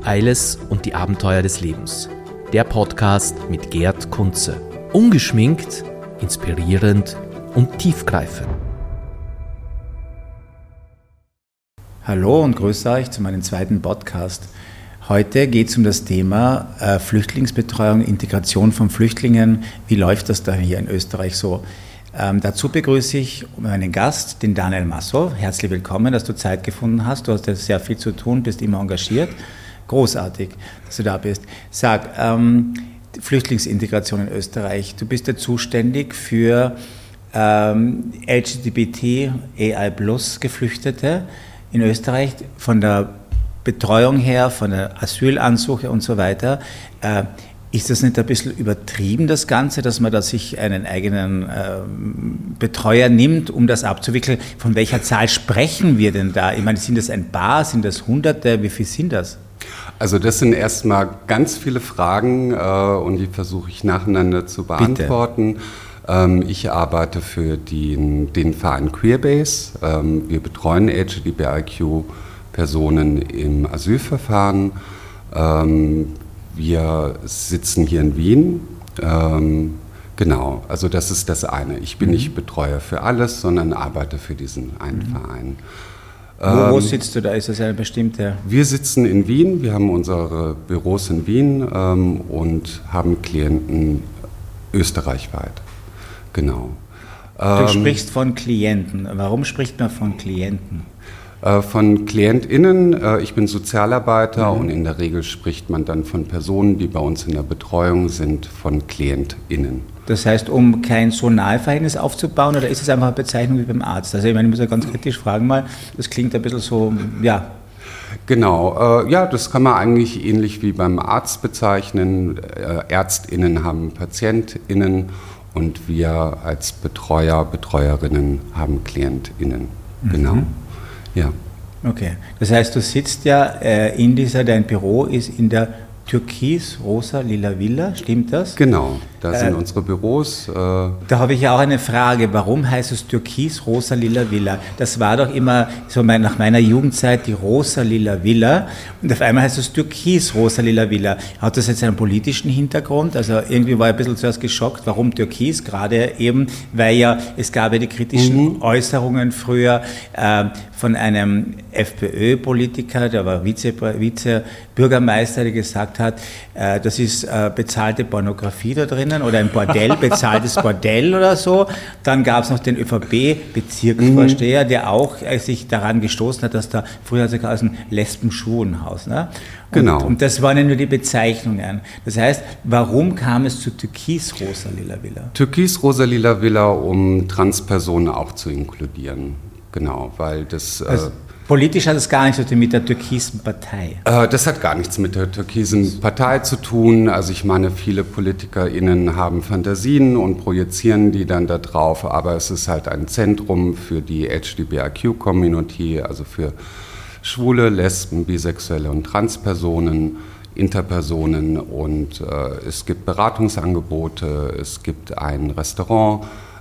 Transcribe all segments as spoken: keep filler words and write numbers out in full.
Eiles und die Abenteuer des Lebens. Der Podcast mit Gerd Kunze. Ungeschminkt, inspirierend und tiefgreifend. Hallo und grüße euch zu meinem zweiten Podcast. Heute geht es um das Thema äh, Flüchtlingsbetreuung, Integration von Flüchtlingen. Wie läuft das da hier in Österreich so? Ähm, dazu begrüße ich meinen Gast, den Daniel Massow. Herzlich willkommen, dass du Zeit gefunden hast. Du hast ja sehr viel zu tun, bist immer engagiert. Großartig, dass du da bist. Sag, ähm, Flüchtlingsintegration in Österreich. Du bist ja zuständig für ähm, L G B T A I plus Geflüchtete in Österreich, von der Betreuung her, von der Asylansuche und so weiter. Äh, ist das nicht ein bisschen übertrieben, das Ganze, dass man da sich einen eigenen äh, Betreuer nimmt, um das abzuwickeln? Von welcher Zahl sprechen wir denn da? Ich meine, sind das ein paar, sind das Hunderte, wie viel sind das? Also das sind erstmal ganz viele Fragen äh, und die versuche ich nacheinander zu beantworten. Ähm, ich arbeite für den, den Verein Queerbase. Ähm, wir betreuen L G B T I Q-Personen im Asylverfahren. Ähm, wir sitzen hier in Wien. Ähm, genau, also das ist das eine. Ich bin mhm. nicht Betreuer für alles, sondern arbeite für diesen einen mhm. Verein. Wo, wo sitzt du da? Ist das eine bestimmte? Wir sitzen in Wien, wir haben unsere Büros in Wien ähm, und haben Klienten österreichweit. Genau. Du ähm, sprichst von Klienten. Warum spricht man von Klienten? Äh, von KlientInnen. Äh, ich bin Sozialarbeiter mhm. und in der Regel spricht man dann von Personen, die bei uns in der Betreuung sind, von KlientInnen. Das heißt, um kein so nahe Verhältnis aufzubauen, oder ist es einfach eine Bezeichnung wie beim Arzt? Also ich meine, ich muss ja ganz kritisch fragen mal, das klingt ein bisschen so, ja. Genau, äh, ja, das kann man eigentlich ähnlich wie beim Arzt bezeichnen. Äh, ÄrztInnen haben PatientInnen und wir als Betreuer, Betreuerinnen haben KlientInnen. Mhm. Genau, ja. Okay, das heißt, du sitzt ja äh, in dieser, dein Büro ist in der Türkis-Rosa-Lila Villa, stimmt das? Genau, da sind äh, unsere Büros. Äh da habe ich ja auch eine Frage, warum heißt es Türkis-Rosa-Lila Villa? Das war doch immer so mein, nach meiner Jugendzeit die Rosa-Lila Villa und auf einmal heißt es Türkis-Rosa-Lila Villa. Hat das jetzt einen politischen Hintergrund? Also irgendwie war ich ein bisschen zuerst geschockt, warum Türkis? Gerade eben, weil ja, es gab ja die kritischen mhm. Äußerungen früher äh, von einem FPÖ-Politiker, der war Vize, Vize-Bürgermeister, der gesagt hat, äh, das ist äh, bezahlte Pornografie da drinnen oder ein Bordell, bezahltes Bordell oder so. Dann gab es noch den ÖVP-Bezirksvorsteher, mhm. der auch äh, sich daran gestoßen hat, dass da früher hat es ein Lesben-Schulenhaus. Ne? Und, genau. Und das waren ja nur die Bezeichnungen. Das heißt, warum kam es zu Türkis-Rosa-Lila Villa? Türkis-Rosa-Lila Villa, um Transpersonen auch zu inkludieren. Genau, weil das... Also, äh, politisch hat es gar nichts mit der türkisen Partei. Äh, das hat gar nichts mit der türkisen Partei zu tun. Also ich meine, viele PolitikerInnen haben Fantasien und projizieren die dann da drauf, aber es ist halt ein Zentrum für die L G B T I Q-Community, also für Schwule, Lesben, Bisexuelle und Transpersonen, Interpersonen und äh, es gibt Beratungsangebote, es gibt ein Restaurant.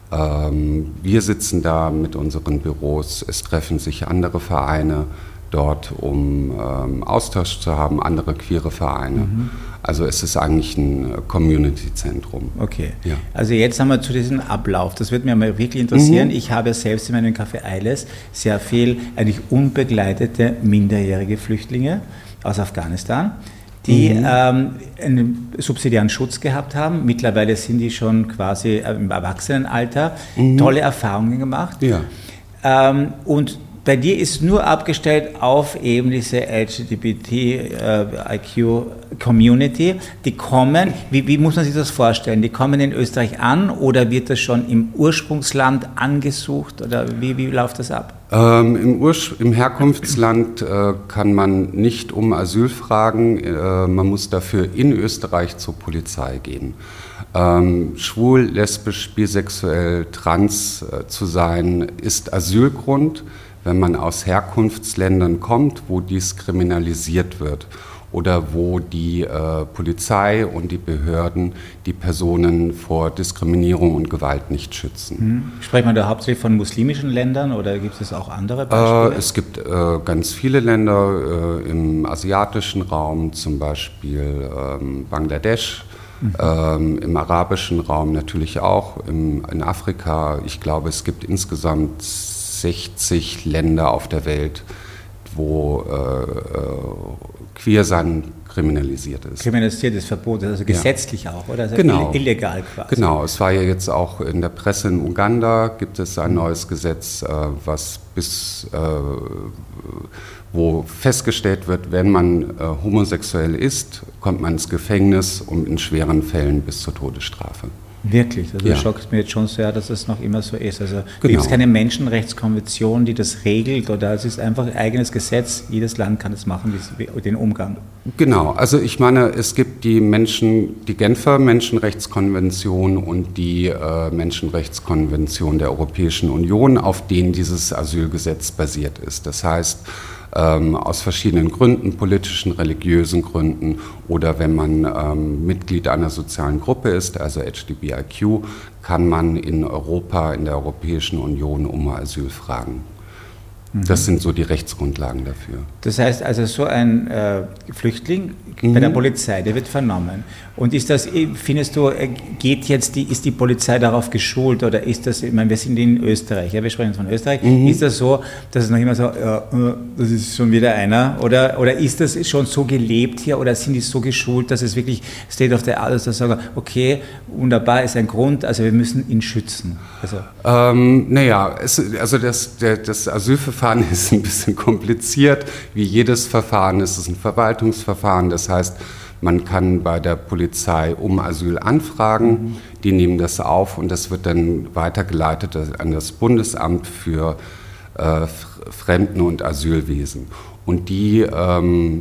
Wir sitzen da mit unseren Büros, es treffen sich andere Vereine dort, um ähm, Austausch zu haben, andere queere Vereine. Mhm. Also es ist eigentlich ein Community-Zentrum. Okay, ja. Also jetzt haben wir zu diesem Ablauf, das würde mich mal wirklich interessieren. Mhm. Ich habe selbst in meinem Café Eiles sehr viel eigentlich unbegleitete minderjährige Flüchtlinge aus Afghanistan, die mhm. ähm, einen subsidiären Schutz gehabt haben. Mittlerweile sind die schon quasi im Erwachsenenalter. Mhm. Tolle Erfahrungen gemacht. Ja. Ähm, und bei dir ist nur abgestellt auf eben diese L G B T I Q-Community. Die kommen, wie, wie muss man sich das vorstellen? Die kommen in Österreich an oder wird das schon im Ursprungsland angesucht? Oder wie, wie läuft das ab? Ähm, im, Ursch- Im Herkunftsland äh, kann man nicht um Asyl fragen. Äh, man muss dafür in Österreich zur Polizei gehen. Ähm, schwul, lesbisch, bisexuell, trans äh, zu sein, ist Asylgrund. wenn man aus Herkunftsländern kommt, wo dies kriminalisiert wird oder wo die äh, Polizei und die Behörden die Personen vor Diskriminierung und Gewalt nicht schützen. Mhm. Spricht man da hauptsächlich von muslimischen Ländern oder gibt es auch andere Beispiele? Äh, es gibt äh, ganz viele Länder äh, im asiatischen Raum, zum Beispiel ähm, Bangladesch, mhm. ähm, im arabischen Raum natürlich auch, im, in Afrika. Ich glaube, es gibt insgesamt sechzig Länder auf der Welt, wo äh, äh, Queersein kriminalisiert ist. Kriminalisiert ist verboten, also gesetzlich ja. auch, oder? Also genau. Illegal quasi. Genau, es war ja jetzt auch in der Presse in Uganda, gibt es ein neues Gesetz, äh, was bis, äh, wo festgestellt wird, wenn man äh, homosexuell ist, kommt man ins Gefängnis und in schweren Fällen bis zur Todesstrafe. Wirklich? Also ja. das schockt mir jetzt schon sehr, dass es noch immer so ist. Also genau. gibt es keine Menschenrechtskonvention, die das regelt, oder es ist einfach ein eigenes Gesetz, jedes Land kann das machen, wie den Umgang. Genau, also ich meine, es gibt die Menschen, die Genfer Menschenrechtskonvention und die äh, Menschenrechtskonvention der Europäischen Union, auf denen dieses Asylgesetz basiert ist. Das heißt, Ähm, aus verschiedenen Gründen, politischen, religiösen Gründen oder wenn man ähm, Mitglied einer sozialen Gruppe ist, also H D B I Q, kann man in Europa, in der Europäischen Union um Asyl fragen. Mhm. Das sind so die Rechtsgrundlagen dafür. Das heißt also, so ein äh, Flüchtling mhm. bei der Polizei, der wird vernommen. Und ist das, findest du, geht jetzt die, ist die Polizei darauf geschult oder ist das, ich meine, wir sind in Österreich, ja, wir sprechen jetzt von Österreich, mhm. ist das so, dass es noch immer so, ja, das ist schon wieder einer, oder, oder ist das schon so gelebt hier oder sind die so geschult, dass es wirklich State of the Art ist, dass sie sagen, okay, wunderbar, ist ein Grund, also wir müssen ihn schützen. Also, ähm, naja, es, also das, der, das Asylverfahren ist ein bisschen kompliziert, wie jedes Verfahren, es ist ein Verwaltungsverfahren, das heißt, man kann bei der Polizei um Asyl anfragen, mhm. die nehmen das auf und das wird dann weitergeleitet an das Bundesamt für äh, Fremden- und Asylwesen. Und die ähm,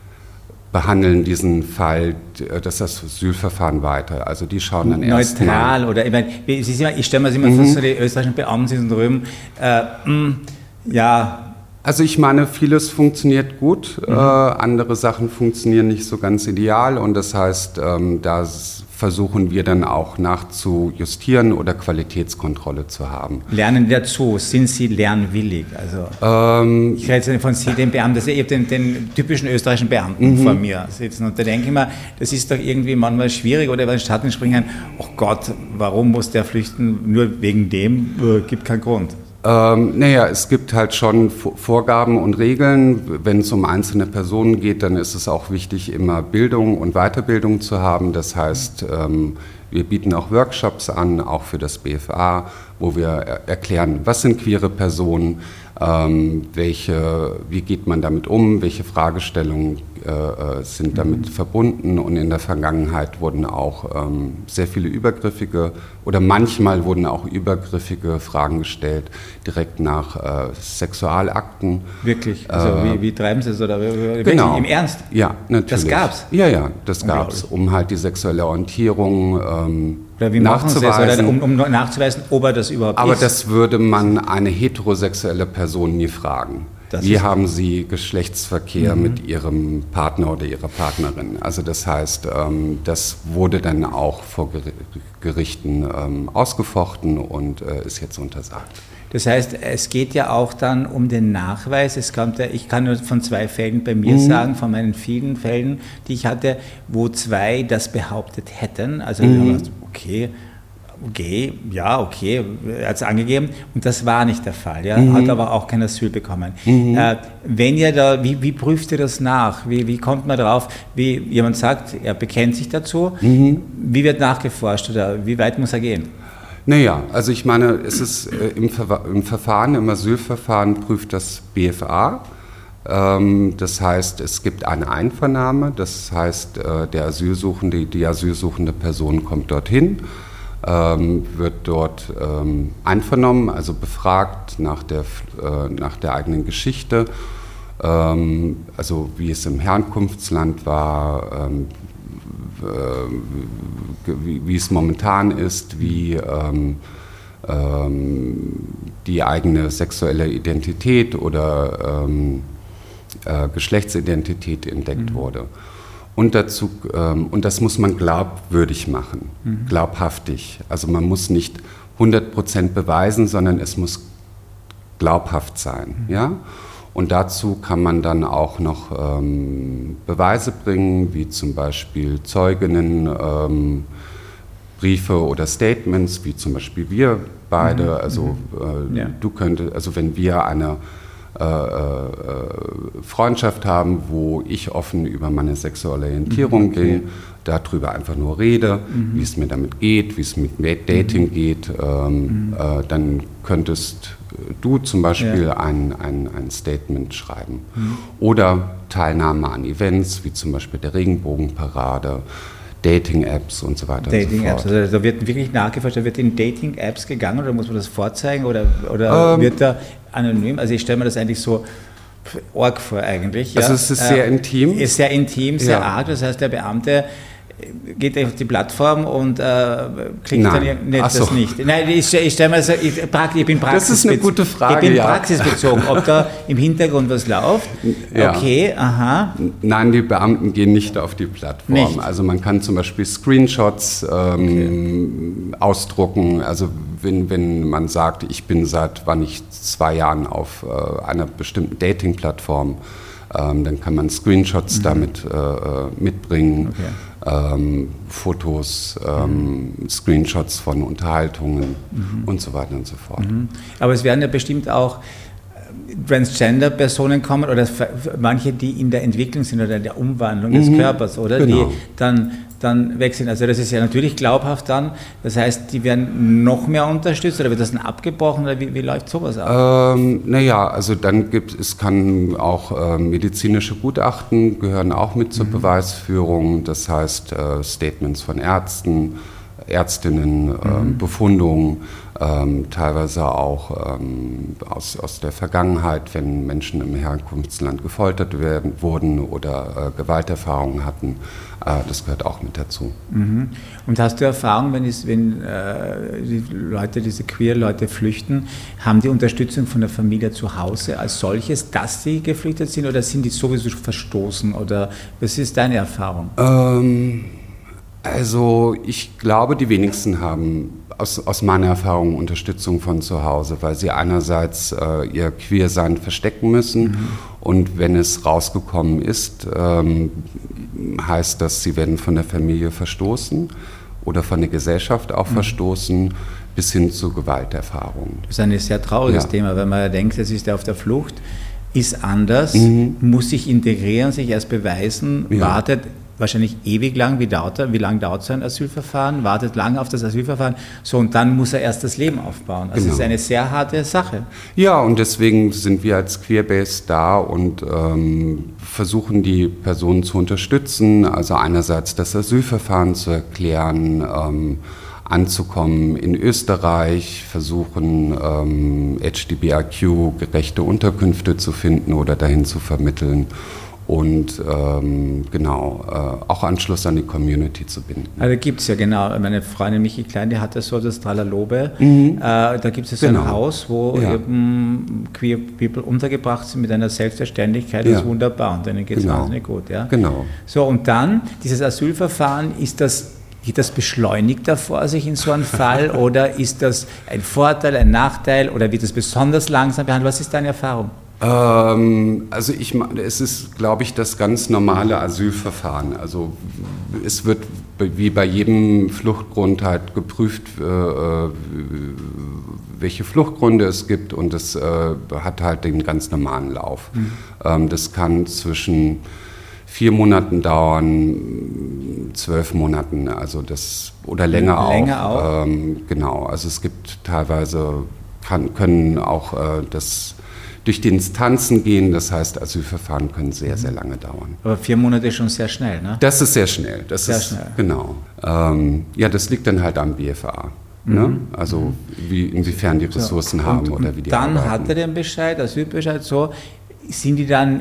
behandeln diesen Fall, das Asylverfahren weiter. Also die schauen dann erst neutral mal. Oder ich meine, ich stelle mir das immer mhm. vor, so die österreichischen Beamten sitzen drüben, äh, mh, ja. Also ich meine, vieles funktioniert gut, mhm. äh, andere Sachen funktionieren nicht so ganz ideal und das heißt, ähm, da versuchen wir dann auch nachzujustieren oder Qualitätskontrolle zu haben. Lernen dazu, sind Sie lernwillig? Also ähm, ich rede jetzt nicht von Sie, den Beamten, also ich habe den, den typischen österreichischen Beamten mhm. vor mir sitzen und da denke ich mir, das ist doch irgendwie manchmal schwierig oder über den Schatten springen, oh Gott, warum muss der flüchten, nur wegen dem, äh, gibt keinen Grund. Ähm, naja, es gibt halt schon Vorgaben und Regeln. Wenn es um einzelne Personen geht, dann ist es auch wichtig, immer Bildung und Weiterbildung zu haben. Das heißt, ähm, wir bieten auch Workshops an, auch für das B F A, wo wir er- erklären, was sind queere Personen, ähm, welche, wie geht man damit um, welche Fragestellungen äh, sind damit mhm. verbunden. Und in der Vergangenheit wurden auch ähm, sehr viele übergriffige oder manchmal wurden auch übergriffige Fragen gestellt, direkt nach äh, Sexualakten. Wirklich? Also äh, wie, wie treiben Sie das? Oder wirklich genau. Im Ernst? Ja, natürlich. Das gab's? Ja, ja, das gab's, um halt die sexuelle Orientierung ähm, oder wie machen Sie das, oder um, um nachzuweisen, ob er das überhaupt Aber ist? Aber das würde man eine heterosexuelle Person nie fragen. Das Wie haben Sie Geschlechtsverkehr mhm. mit Ihrem Partner oder Ihrer Partnerin? Also das heißt, ähm, das wurde dann auch vor Gerichten ähm, ausgefochten und äh, ist jetzt untersagt. Das heißt, es geht ja auch dann um den Nachweis. Es kommt ja, ich kann nur von zwei Fällen bei mir mhm. sagen, von meinen vielen Fällen, die ich hatte, wo zwei das behauptet hätten. Also mhm. okay, okay, ja, okay, er hat es angegeben und das war nicht der Fall. Ja, mhm. hat aber auch kein Asyl bekommen. Mhm. Äh, wenn ihr da, wie, wie prüft ihr das nach? Wie, wie kommt man drauf? Wie jemand sagt, er bekennt sich dazu. Mhm. Wie wird nachgeforscht oder wie weit muss er gehen? Naja, also ich meine, es ist äh, im, Ver- im Verfahren, im Asylverfahren prüft das B F A. Ähm, das heißt, es gibt eine Einvernahme. Das heißt, äh, der Asylsuchende, die asylsuchende Person kommt dorthin, ähm, wird dort ähm, einvernommen, also befragt nach der, äh, nach der eigenen Geschichte, ähm, also wie es im Herkunftsland war, ähm, Wie, wie es momentan ist, wie, ähm, ähm, die eigene sexuelle Identität oder ähm, äh, Geschlechtsidentität entdeckt mhm. wurde. Und, dazu, ähm, und das muss man glaubwürdig machen, mhm. glaubhaftig. Also man muss nicht hundert Prozent beweisen, sondern es muss glaubhaft sein. Mhm. Ja? Und dazu kann man dann auch noch ähm, Beweise bringen, wie zum Beispiel Zeuginnen, ähm, Briefe oder Statements, wie zum Beispiel wir beide. Mhm. Also äh, ja. du könntest, also wenn wir eine äh, äh, Freundschaft haben, wo ich offen über meine sexuelle Orientierung mhm. okay. bin, darüber einfach nur rede, mhm. wie es mir damit geht, wie es mit Dating mhm. geht, ähm, mhm. äh, dann könntest du zum Beispiel ja. ein, ein, ein Statement schreiben. Mhm. Oder Teilnahme an Events, wie zum Beispiel der Regenbogenparade, Dating-Apps und so weiter Dating-Apps, also da wird wirklich nachgeforscht, da wird in Dating-Apps gegangen oder muss man das vorzeigen oder, oder ähm, wird da anonym? Also ich stelle mir das eigentlich so arg vor eigentlich. Also ja. es ist sehr äh, intim. Ist sehr intim, sehr ja. arg, das heißt der Beamte geht auf die Plattform und äh, klickt Nein. dann nicht, Ach so. das nicht. Nein, ich, ich stelle mir so, ich, ich bin praxisbezogen. Das ist eine gute Frage, Ich bin ja. praxisbezogen, ob da im Hintergrund was läuft. Ja. Okay, aha. Nein, die Beamten gehen nicht auf die Plattform. Nicht. Also man kann zum Beispiel Screenshots ähm, okay. ausdrucken. Also wenn, wenn man sagt, ich bin seit wann ich zwei Jahren auf äh, einer bestimmten Dating-Plattform, ähm, dann kann man Screenshots mhm. damit äh, mitbringen. Okay. Ähm, Fotos, ähm, mhm. Screenshots von Unterhaltungen mhm. und so weiter und so fort. Mhm. Aber es werden ja bestimmt auch Transgender-Personen kommen oder manche, die in der Entwicklung sind oder in der Umwandlung mhm. des Körpers, oder? Genau. Die dann, dann wechseln. Also das ist ja natürlich glaubhaft dann. Das heißt, die werden noch mehr unterstützt oder wird das dann abgebrochen oder wie, wie läuft sowas ab? Ähm, naja, also dann gibt es, kann auch äh, medizinische Gutachten gehören auch mit zur mhm. Beweisführung. Das heißt äh, Statements von Ärzten, Ärztinnen, mhm. ähm, Befundungen, ähm, teilweise auch ähm, aus, aus der Vergangenheit, wenn Menschen im Herkunftsland gefoltert werden, wurden oder äh, Gewalterfahrungen hatten. Äh, das gehört auch mit dazu. Mhm. Und hast du Erfahrung, wenn, es, wenn äh, die Leute, diese Queer-Leute flüchten, haben die Unterstützung von der Familie zu Hause als solches, dass sie geflüchtet sind oder sind die sowieso verstoßen? Oder was ist deine Erfahrung? Ähm, Also ich glaube, die wenigsten haben aus, aus meiner Erfahrung Unterstützung von zu Hause, weil sie einerseits äh, ihr Queersein verstecken müssen mhm. und wenn es rausgekommen ist, ähm, heißt das, sie werden von der Familie verstoßen oder von der Gesellschaft auch mhm. verstoßen, bis hin zu Gewalterfahrungen. Das ist ein sehr trauriges ja. Thema, weil man ja denkt, es ist ja auf der Flucht, ist anders, mhm. muss sich integrieren, sich erst beweisen, ja. wartet wahrscheinlich ewig lang, wie, dauert, wie lang dauert so ein Asylverfahren, wartet lange auf das Asylverfahren, so und dann muss er erst das Leben aufbauen. Also es genau. ist eine sehr harte Sache. Ja, und deswegen sind wir als Queerbase da und ähm, versuchen die Personen zu unterstützen, also einerseits das Asylverfahren zu erklären, ähm, anzukommen in Österreich, versuchen ähm, H D B I Q gerechte Unterkünfte zu finden oder dahin zu vermitteln. Und ähm, genau, äh, auch Anschluss an die Community zu binden. Also gibt es ja genau, meine Freundin Michi Klein, die hat das so, das Tralalobe, mhm. äh, da gibt es ja so genau. ein Haus, wo ja. eben Queer People untergebracht sind mit einer Selbstverständlichkeit, das ja. ist wunderbar und denen geht es genau. wahnsinnig gut. Ja? Genau. So, und dann, dieses Asylverfahren, ist das, geht das beschleunigter vor sich in so einem Fall oder ist das ein Vorteil, ein Nachteil oder wird das besonders langsam behandelt? Was ist deine Erfahrung? Ähm, also ich meine, es ist, glaube ich, das ganz normale Asylverfahren. Also es wird wie bei jedem Fluchtgrund halt geprüft, äh, welche Fluchtgründe es gibt und es äh, hat halt den ganz normalen Lauf. Mhm. Ähm, das kann zwischen vier Monaten dauern, zwölf Monaten, also das oder länger, länger auch. auch. Ähm, genau, also es gibt teilweise kann, können auch äh, das durch die Instanzen gehen, das heißt, Asylverfahren können sehr, sehr lange dauern. Aber vier Monate ist schon sehr schnell, ne? Das ist sehr schnell. Das sehr ist, schnell. Genau. Ähm, ja, das liegt dann halt am B F A. Mhm. Ne? Also wie, inwiefern die Ressourcen so, haben und, oder wie die dann arbeiten. Hat er den Bescheid, Asylbescheid, so, sind die dann,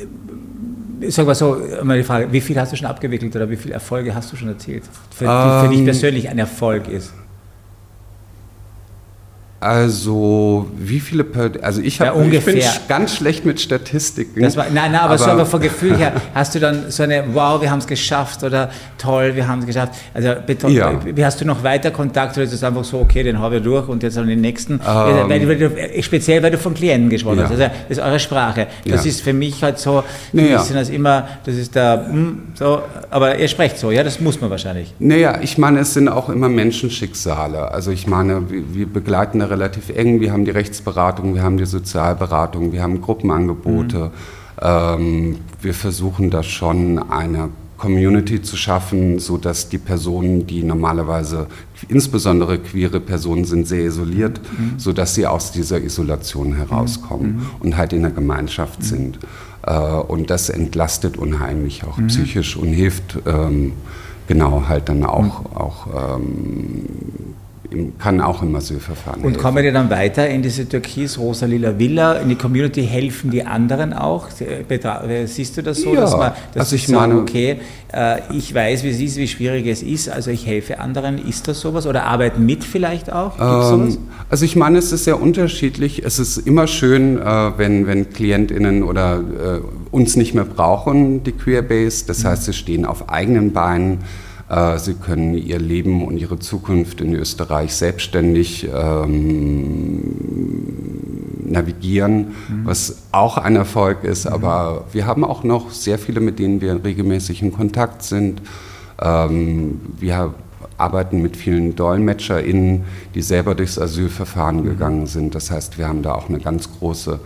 sag mal so, mal die Frage, wie viel hast du schon abgewickelt oder wie viele Erfolge hast du schon erzielt? Für, ähm, für dich persönlich ein Erfolg ist? Also, wie viele, per, also ich, hab, ja, ich bin ganz schlecht mit Statistiken. Das war, nein, nein, aber, aber so aber vom Gefühl her, hast du dann so eine, wow, wir haben es geschafft oder toll, wir haben es geschafft. Also, ja. Wie hast du noch weiter Kontakt oder ist es einfach so, okay, den haben wir durch und jetzt an den nächsten? Ähm, weil, weil du, speziell, weil du von Klienten gesprochen ja. hast. Also, das ist eure Sprache. Das ja. ist für mich halt so, naja. sind das immer, das ist da, so, aber ihr sprecht so, ja, das muss man wahrscheinlich. Naja, ich meine, es sind auch immer Menschenschicksale. Also, ich meine, wir, wir begleiten eine relativ eng. Wir haben die Rechtsberatung, wir haben die Sozialberatung, wir haben Gruppenangebote. Mhm. Ähm, wir versuchen da schon eine Community zu schaffen, sodass die Personen, die normalerweise, insbesondere queere Personen sind, sehr isoliert, mhm. sodass sie aus dieser Isolation herauskommen mhm. und halt in der Gemeinschaft mhm. sind. Äh, und das entlastet unheimlich auch mhm. psychisch und hilft ähm, genau halt dann auch, mhm. auch ähm, kann auch im Asylverfahren Und helfen. Kommen die dann weiter in diese türkis-rosa-lila Villa, in die Community, helfen die anderen auch? Siehst du das so, ja, dass man dass also ich sagen, meine, okay, äh, ich weiß, wie es ist, wie schwierig es ist, also ich helfe anderen. Ist das sowas? Oder arbeiten mit vielleicht auch? Gibt's ähm, sowas? Also ich meine, es ist sehr unterschiedlich. Es ist immer schön, äh, wenn, wenn KlientInnen oder äh, uns nicht mehr brauchen, die Queerbase. Das mhm. heißt, sie stehen auf eigenen Beinen. Sie können ihr Leben und ihre Zukunft in Österreich selbstständig ähm, navigieren, mhm. was auch ein Erfolg ist. Mhm. Aber wir haben auch noch sehr viele, mit denen wir regelmäßig in Kontakt sind. Ähm, wir arbeiten mit vielen DolmetscherInnen, die selber durchs Asylverfahren mhm. gegangen sind. Das heißt, wir haben da auch eine ganz große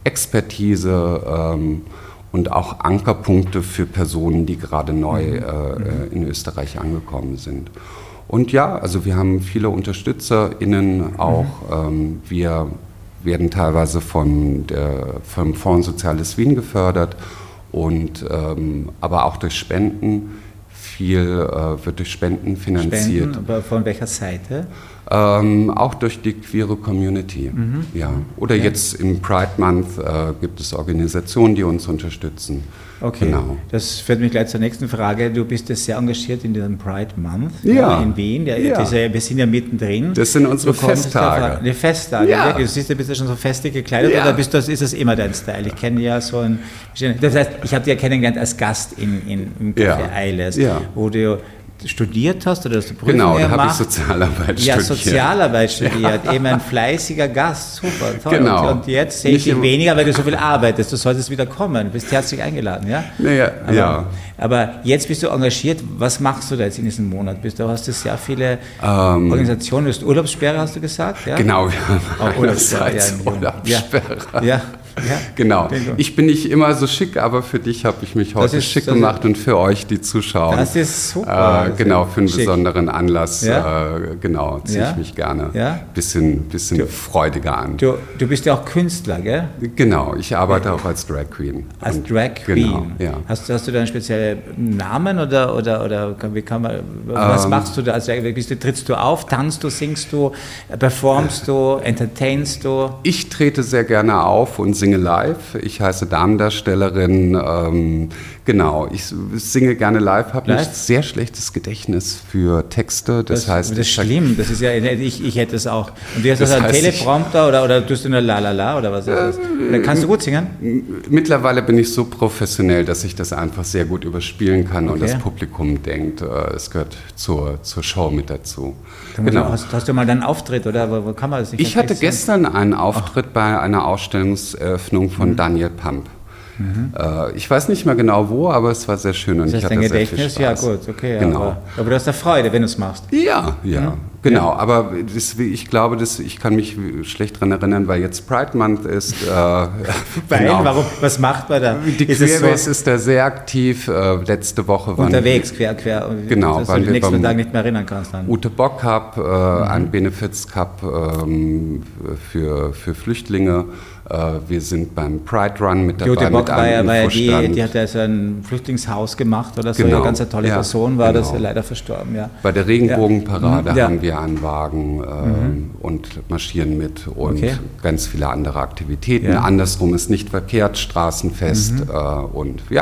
Expertise ähm, und auch Ankerpunkte für Personen, die gerade neu äh, in Österreich angekommen sind. Und ja, also wir haben viele UnterstützerInnen auch. Mhm. Ähm, wir werden teilweise von der, vom Fonds Soziales Wien gefördert, und, ähm, aber auch durch Spenden. Viel äh, wird durch Spenden finanziert. Spenden, aber von welcher Seite? Ähm, auch durch die queere Community. Mhm. Ja. Oder ja. jetzt im Pride Month äh, gibt es Organisationen, die uns unterstützen. Okay, genau. Das führt mich gleich zur nächsten Frage. Du bist ja sehr engagiert in diesem Pride Month ja. in Wien. Der, ja. diese, wir sind ja mittendrin. Das sind unsere Festtage. Die Festtage. Ja. Du siehst, du bist ja schon so festig gekleidet ja. oder bist du, ist das immer dein Style? Ich kenne ja so ein... Das heißt, ich habe dich ja kennengelernt als Gast in, in, im Café ja. Eiles, ja. wo du studiert hast oder hast du Prüfungen gemacht? Genau, da habe ich Sozialarbeit ja, studiert. Ja, Sozialarbeit studiert. Ja. Eben ein fleißiger Gast, super, toll. Genau. Und, und jetzt sehe ich dich weniger, weil du so viel arbeitest. Du solltest wieder kommen, du bist herzlich eingeladen. Ja? Naja, aber, ja. aber jetzt bist du engagiert. Was machst du da jetzt in diesem Monat? Bist du, hast du sehr viele ähm, Organisationen. Du hast Urlaubssperre, hast du gesagt? Ja? Genau, wir haben auch Urlaubssperre. Ja, Urlaubssperre. Ja. ja. Ja, genau. Ich bin nicht immer so schick, aber für dich habe ich mich heute ist, schick gemacht und für euch, die Zuschauer. Das ist super. Äh, genau, für einen schick. besonderen Anlass. Ja? Äh, genau, ziehe ja? ich mich gerne ein ja? bisschen, bisschen du, freudiger an. Du, du bist ja auch Künstler, gell? Genau, ich arbeite ja. auch als Drag Queen. Als und, Drag Queen? Genau, ja. Hast, hast du da einen speziellen Namen oder, oder, oder wie kann man, was ähm, machst du da? Also, bist du, trittst du auf, tanzt du, singst du, performst du, entertainst du? Ich trete sehr gerne auf und singe live. Ich heiße Damendarstellerin, ähm, genau, ich singe gerne live, habe ein sehr schlechtes Gedächtnis für Texte, das, das heißt... Das ist schlimm, das ist ja, ich, ich hätte es auch. Und wie heißt das, das ein Teleprompter oder, oder tust du nur la la la oder was ist das? Oder kannst du gut singen? Mittlerweile bin ich so professionell, dass ich das einfach sehr gut überspielen kann, okay. Und das Publikum denkt, es gehört zur, zur Show mit dazu. Genau. Hast, hast du mal einen Auftritt oder wo, wo kann man das nicht? Ich hatte gestern einen Auftritt Ach. bei einer Ausstellungseröffnung von mhm. Daniel Pamp. Mhm. Äh, ich weiß nicht mehr genau wo, aber es war sehr schön und das heißt, ich hatte dein sehr Gedächtnis, viel Spaß. Ja gut, okay. Genau. Aber, aber du hast da Freude, wenn du es machst. Ja, ja, mhm. genau. Ja. Aber das, ich glaube, das, ich kann mich schlecht daran erinnern, weil jetzt Pride Month ist. Äh, weil? Genau. Warum? Was macht man da? Die Queerbase so ist da sehr aktiv. Äh, letzte Woche waren unterwegs, quer, quer. Genau. Dass du den nächsten Tag nicht mehr erinnern kannst. Dann. Ute Bock Cup, äh, mhm. ein Benefiz Cup ähm, für, für Flüchtlinge. Wir sind beim Pride Run mit dabei. Ute Bock war ja, war ja die, die hat ja so ein Flüchtlingshaus gemacht oder so, genau. eine ganz tolle ja, Person war, genau. das ist leider verstorben. Ja. Bei der Regenbogenparade ja. haben wir einen Wagen äh, mhm. und marschieren mit und okay. ganz viele andere Aktivitäten. Ja. Andersrum ist nicht verkehrt, Straßenfest mhm. äh, und ja.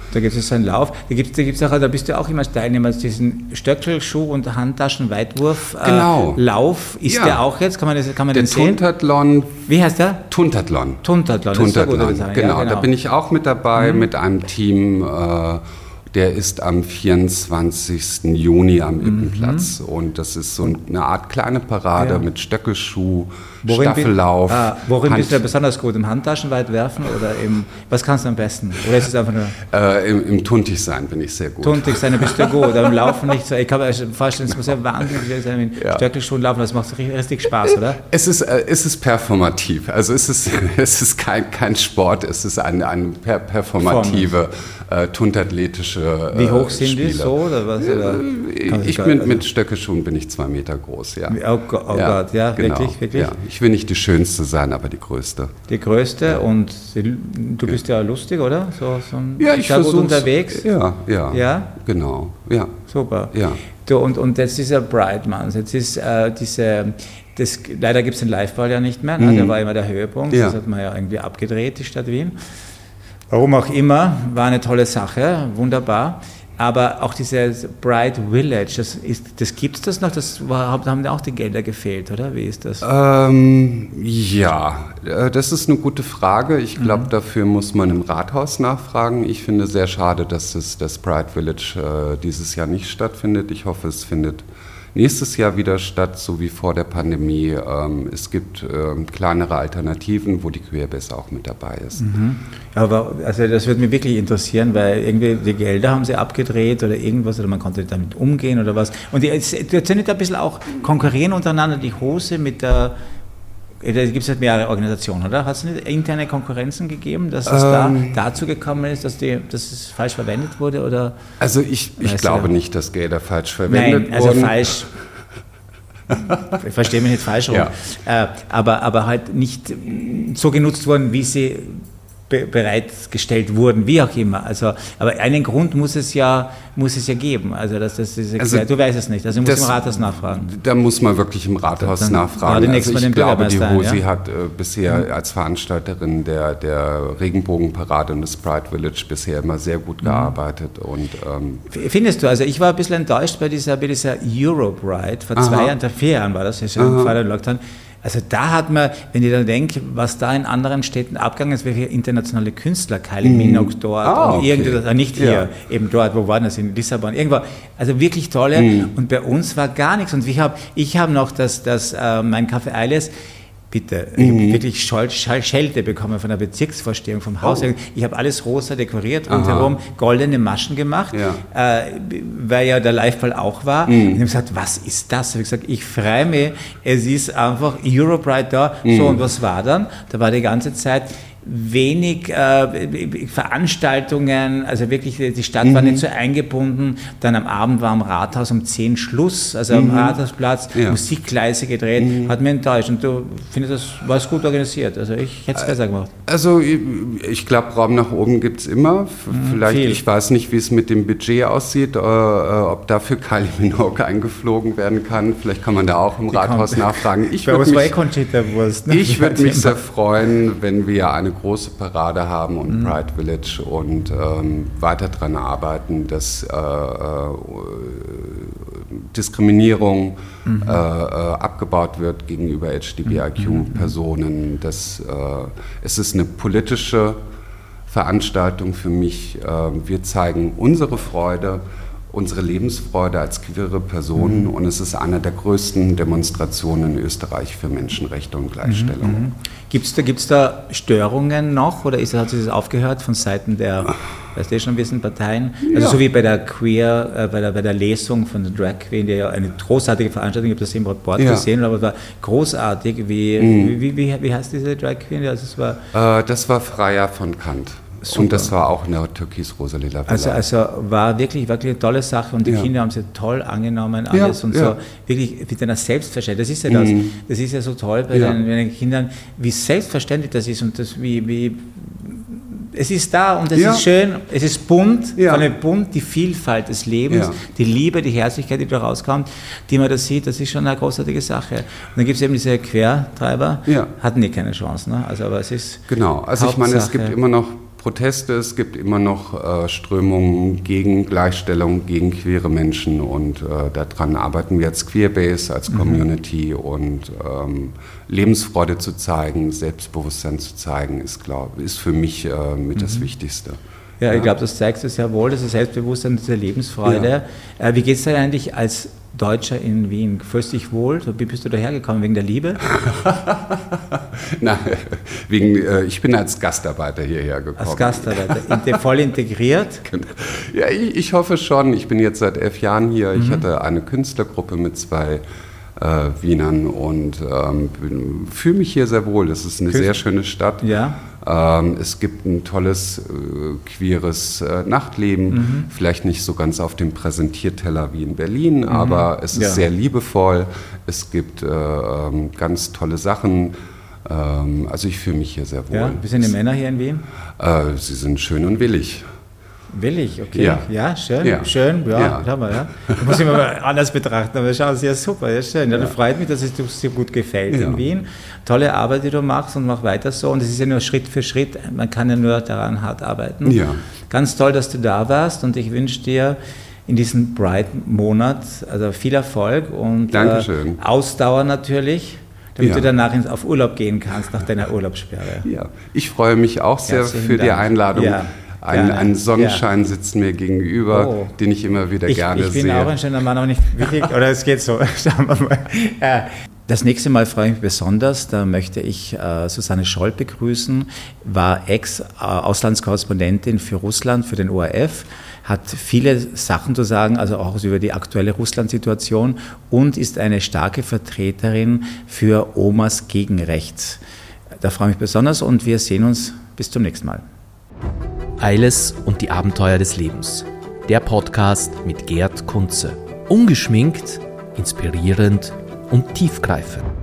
Da gibt es so einen Lauf. Da gibt's, da gibt's auch, da bist du auch immer Teilnehmer, diesen Stöckelschuh- und Handtaschenweitwurf Genau. äh, Lauf. Ist Ja. der auch jetzt? Kann man, das, kann man Der den sehen? Tuntathlon. Wie heißt der? Tuntathlon. Tuntathlon. Das ist ein guter Tuntathlon, Design. genau. Ja, genau. Da bin ich auch mit dabei mit einem Team, äh, der ist am vierundzwanzigsten Juni am Ippenplatz. Und das ist so eine Art kleine Parade Ja. mit Stöckelschuh, Worin bi- Staffellauf. Ah, worin Hand- bist du besonders gut? Im Handtaschenweit werfen oder im, was kannst du am besten? Oder ist es einfach nur Äh, Im im Tuntig-Sein bin ich sehr gut. tuntig sein, dann bist du gut, aber im Laufen nicht so. Ich kann mir vorstellen, es muss ja wahnsinnig schwierig sein, mit Ja. Stöckelschuhen laufen, das macht richtig, richtig Spaß, oder? Es ist, äh, es ist performativ, also es ist, es ist kein, kein Sport, es ist eine, eine per performative, äh, tuntathletische äh, Wie hoch sind Spiele. die so? Oder was, oder? Kann Ich gar- bin also- mit Stöckelschuhen bin ich zwei Meter groß, ja. Oh, Go- oh Gott, ja, genau, wirklich, wirklich. Ja. Ich will nicht die Schönste sein, aber die Größte. Die größte und die, du bist ja lustig, oder? So, so ein, Ja, ich sehr gut versuche unterwegs. Ja, ja, Ja? genau, ja. Super. Ja. Du, und, und jetzt dieser Bright Month, jetzt ist äh, diese, das, leider gibt es den Liveball ja nicht mehr, ne? Der war immer der Höhepunkt, Ja. das hat man ja irgendwie abgedreht, die Stadt Wien. Warum auch immer, war eine tolle Sache, wunderbar. Aber auch dieses Bright Village, das, ist, das gibt es das noch? Das war, haben auch die Gelder gefehlt, oder? Wie ist das? Ähm, ja, äh, das ist eine gute Frage. Ich glaube, Mhm. dafür muss man im Rathaus nachfragen. Ich finde sehr schade, dass das, das Bright Village äh, dieses Jahr nicht stattfindet. Ich hoffe, es findet nächstes Jahr wieder statt, so wie vor der Pandemie. Ähm, es gibt ähm, kleinere Alternativen, wo die Queerbase auch mit dabei ist. Mhm. Aber also das würde mich wirklich interessieren, weil irgendwie die Gelder haben sie abgedreht oder irgendwas oder man konnte damit umgehen oder was. Und die, es- die sind nicht ein bisschen auch konkurrieren untereinander, die Hose mit der, da gibt es halt mehrere Organisationen, oder? Hat es nicht interne Konkurrenzen gegeben, dass es Ähm. da dazu gekommen ist, dass, die, dass es falsch verwendet wurde? Oder? Also ich, ich Weißt du glaube ja. nicht, dass Gelder falsch verwendet Nein, also wurden. falsch. Ich verstehe mich nicht falsch rum. Ja. Äh, aber, aber halt nicht so genutzt worden, wie sie be bereitgestellt wurden, wie auch immer. Also, aber einen Grund muss es ja, muss es ja geben. Also, dass das ist Also, du weißt es nicht. Also, du musst das- im Rathaus nachfragen. Da muss man wirklich im Rathaus Dann nachfragen. gerade nächstes Also Mal ich den glaube, die Bürgermeister ein, Hosi ja? hat äh, bisher als Veranstalterin der, der Regenbogenparade und des Pride Village bisher immer sehr gut gearbeitet. Und, ähm, Findest du, also ich war ein bisschen enttäuscht bei dieser, bei dieser Europe Ride, vor zwei Aha. Jahren, vor vier Jahren war das, ja schon vor dem Lockdown. Also da hat man, wenn ich dann denke, was da in anderen Städten abgegangen ist, welche internationale Künstler, Kylie Minogue dort Ah, und okay. irgendwas, äh, nicht hier, Ja. eben dort, wo waren das, in Lissabon, irgendwo, also wirklich tolle und bei uns war gar nichts und ich habe ich hab noch das, das, äh, mein Café Eiles, bitte, ich habe wirklich Schol Schol Schelte bekommen von der Bezirksvorstehung vom Haus. Oh. Ich habe alles rosa dekoriert, rundherum goldene Maschen gemacht, Ja. äh, weil ja der Liveball auch war. Und ich habe gesagt, was ist das? Ich habe gesagt, ich freue mich, es ist einfach Europride da. So, und was war dann? Da war die ganze Zeit wenig äh, Veranstaltungen, also wirklich, die Stadt war nicht so eingebunden. Dann am Abend war am Rathaus um zehn Schluss, also am Rathausplatz, Ja. Musikgleise gedreht, hat mich enttäuscht. Und du findest, das war es gut organisiert. Also ich hätte es besser gemacht. Also ich, ich glaube, Raum nach oben gibt es immer. F- Vielleicht, viel. ich weiß nicht, wie es mit dem Budget aussieht, äh, äh, ob dafür Kylie Minogue eingeflogen werden kann. Vielleicht kann man da auch im Rathaus kommt- nachfragen. Ich Bei würde uns war eh mich, Conchita Wurst. Ne? ich würd mich sehr freuen, wenn wir eine große Parade haben und Pride Village und ähm, weiter daran arbeiten, dass äh, äh, Diskriminierung äh, äh, abgebaut wird gegenüber H D B I Q-Personen. Das, äh, es ist eine politische Veranstaltung für mich. Äh, wir zeigen unsere Freude, unsere Lebensfreude als queere Personen und es ist eine der größten Demonstrationen in Österreich für Menschenrechte und Gleichstellung. Gibt es da, gibt's da Störungen noch oder ist, hat sich das aufgehört von Seiten der, weißt du schon, wir sind Parteien? Also Ja. so wie bei der Queer, äh, bei, der, bei der Lesung von der Drag Queen, die ja eine großartige Veranstaltung, ich habe das im Report Ja. gesehen, aber es war großartig, wie, wie, wie, wie, wie heißt diese Drag Queen? Also es war, Äh, das war Freya von Kant. Super. Und das war auch eine türkis-rosa-lila Villa. also, also war wirklich, wirklich eine tolle Sache und die Ja. Kinder haben sie toll angenommen, Ja, alles und ja. so, wirklich mit einer Selbstverständlichkeit, das ist ja das, Mhm. das ist ja so toll bei Ja. den, bei den Kindern, wie selbstverständlich das ist und das wie, wie es ist da und es Ja. ist schön, es ist bunt, Ja. vor allem bunt, die Vielfalt des Lebens, Ja. die Liebe, die Herzlichkeit, die da rauskommt, die man da sieht, das ist schon eine großartige Sache. Und dann gibt es eben diese Quertreiber, Ja. hatten die keine Chance, ne? Also aber es ist Genau, also ich meine, es gibt Hauptsache- immer noch Proteste, es gibt immer noch äh, Strömungen gegen Gleichstellung, gegen queere Menschen und äh, daran arbeiten wir als Queerbase, als Community mhm. und ähm, Lebensfreude zu zeigen, Selbstbewusstsein zu zeigen, ist, glaub, ist für mich äh, mit mhm. das Wichtigste. Ja, ja. ich glaube, das zeigst du sehr wohl, das ist Selbstbewusstsein, diese Lebensfreude. Ja. Äh, wie geht es dir eigentlich als Deutscher in Wien? Fühlst du dich wohl? Wie bist du dahergekommen? Wegen der Liebe? Nein, wegen, äh, ich bin als Gastarbeiter hierher gekommen. Als Gastarbeiter, voll integriert? Genau. Ja, ich, ich hoffe schon. Ich bin jetzt seit elf Jahren hier. Mhm. Ich hatte eine Künstlergruppe mit zwei äh, Wienern und ähm, fühle mich hier sehr wohl. Es ist eine Künstler. sehr schöne Stadt. Ja. Ähm, es gibt ein tolles, äh, queeres äh, Nachtleben. Mhm. Vielleicht nicht so ganz auf dem Präsentierteller wie in Berlin, mhm. aber es ist ja. sehr liebevoll. Es gibt äh, ähm, ganz tolle Sachen. Ähm, also ich fühle mich hier sehr wohl. Ja, wie sind die Männer hier in Wien? Äh, sie sind schön und willig. Willig, okay. Ja, ja schön, ja. schön, ja, ja. Schau mal, ja. Ich muss immer mal anders betrachten, aber schau, sehr super, ja, schön. Ja, ja. Das freut mich, dass es dir gut gefällt ja. in Wien. Tolle Arbeit, die du machst und mach weiter so. Und es ist ja nur Schritt für Schritt, man kann ja nur daran hart arbeiten. Ja. Ganz toll, dass du da warst und ich wünsche dir in diesem Pride-Monat also viel Erfolg und Dankeschön. Äh, Ausdauer natürlich, damit ja. du danach auf Urlaub gehen kannst, nach deiner Urlaubssperre. Ja, ich freue mich auch sehr Herzlichen für Dank. die Einladung. Ja. Ein, ein Sonnenschein ja. sitzt mir gegenüber, oh. den ich immer wieder ich, gerne sehe. Ich bin sehe. auch ein schöner Mann, aber nicht wirklich, oder es geht so, schauen wir mal. Ja. Das nächste Mal freue ich mich besonders, da möchte ich äh, Susanne Scholl begrüßen, war Ex-Auslandskorrespondentin für Russland, für den O R F, hat viele Sachen zu sagen, also auch über die aktuelle Russland-Situation und ist eine starke Vertreterin für Omas gegen Rechts. Da freue ich mich besonders und wir sehen uns bis zum nächsten Mal. Eiles und die Abenteuer des Lebens. Der Podcast mit Gerd Kunze. Ungeschminkt, inspirierend und tiefgreifend.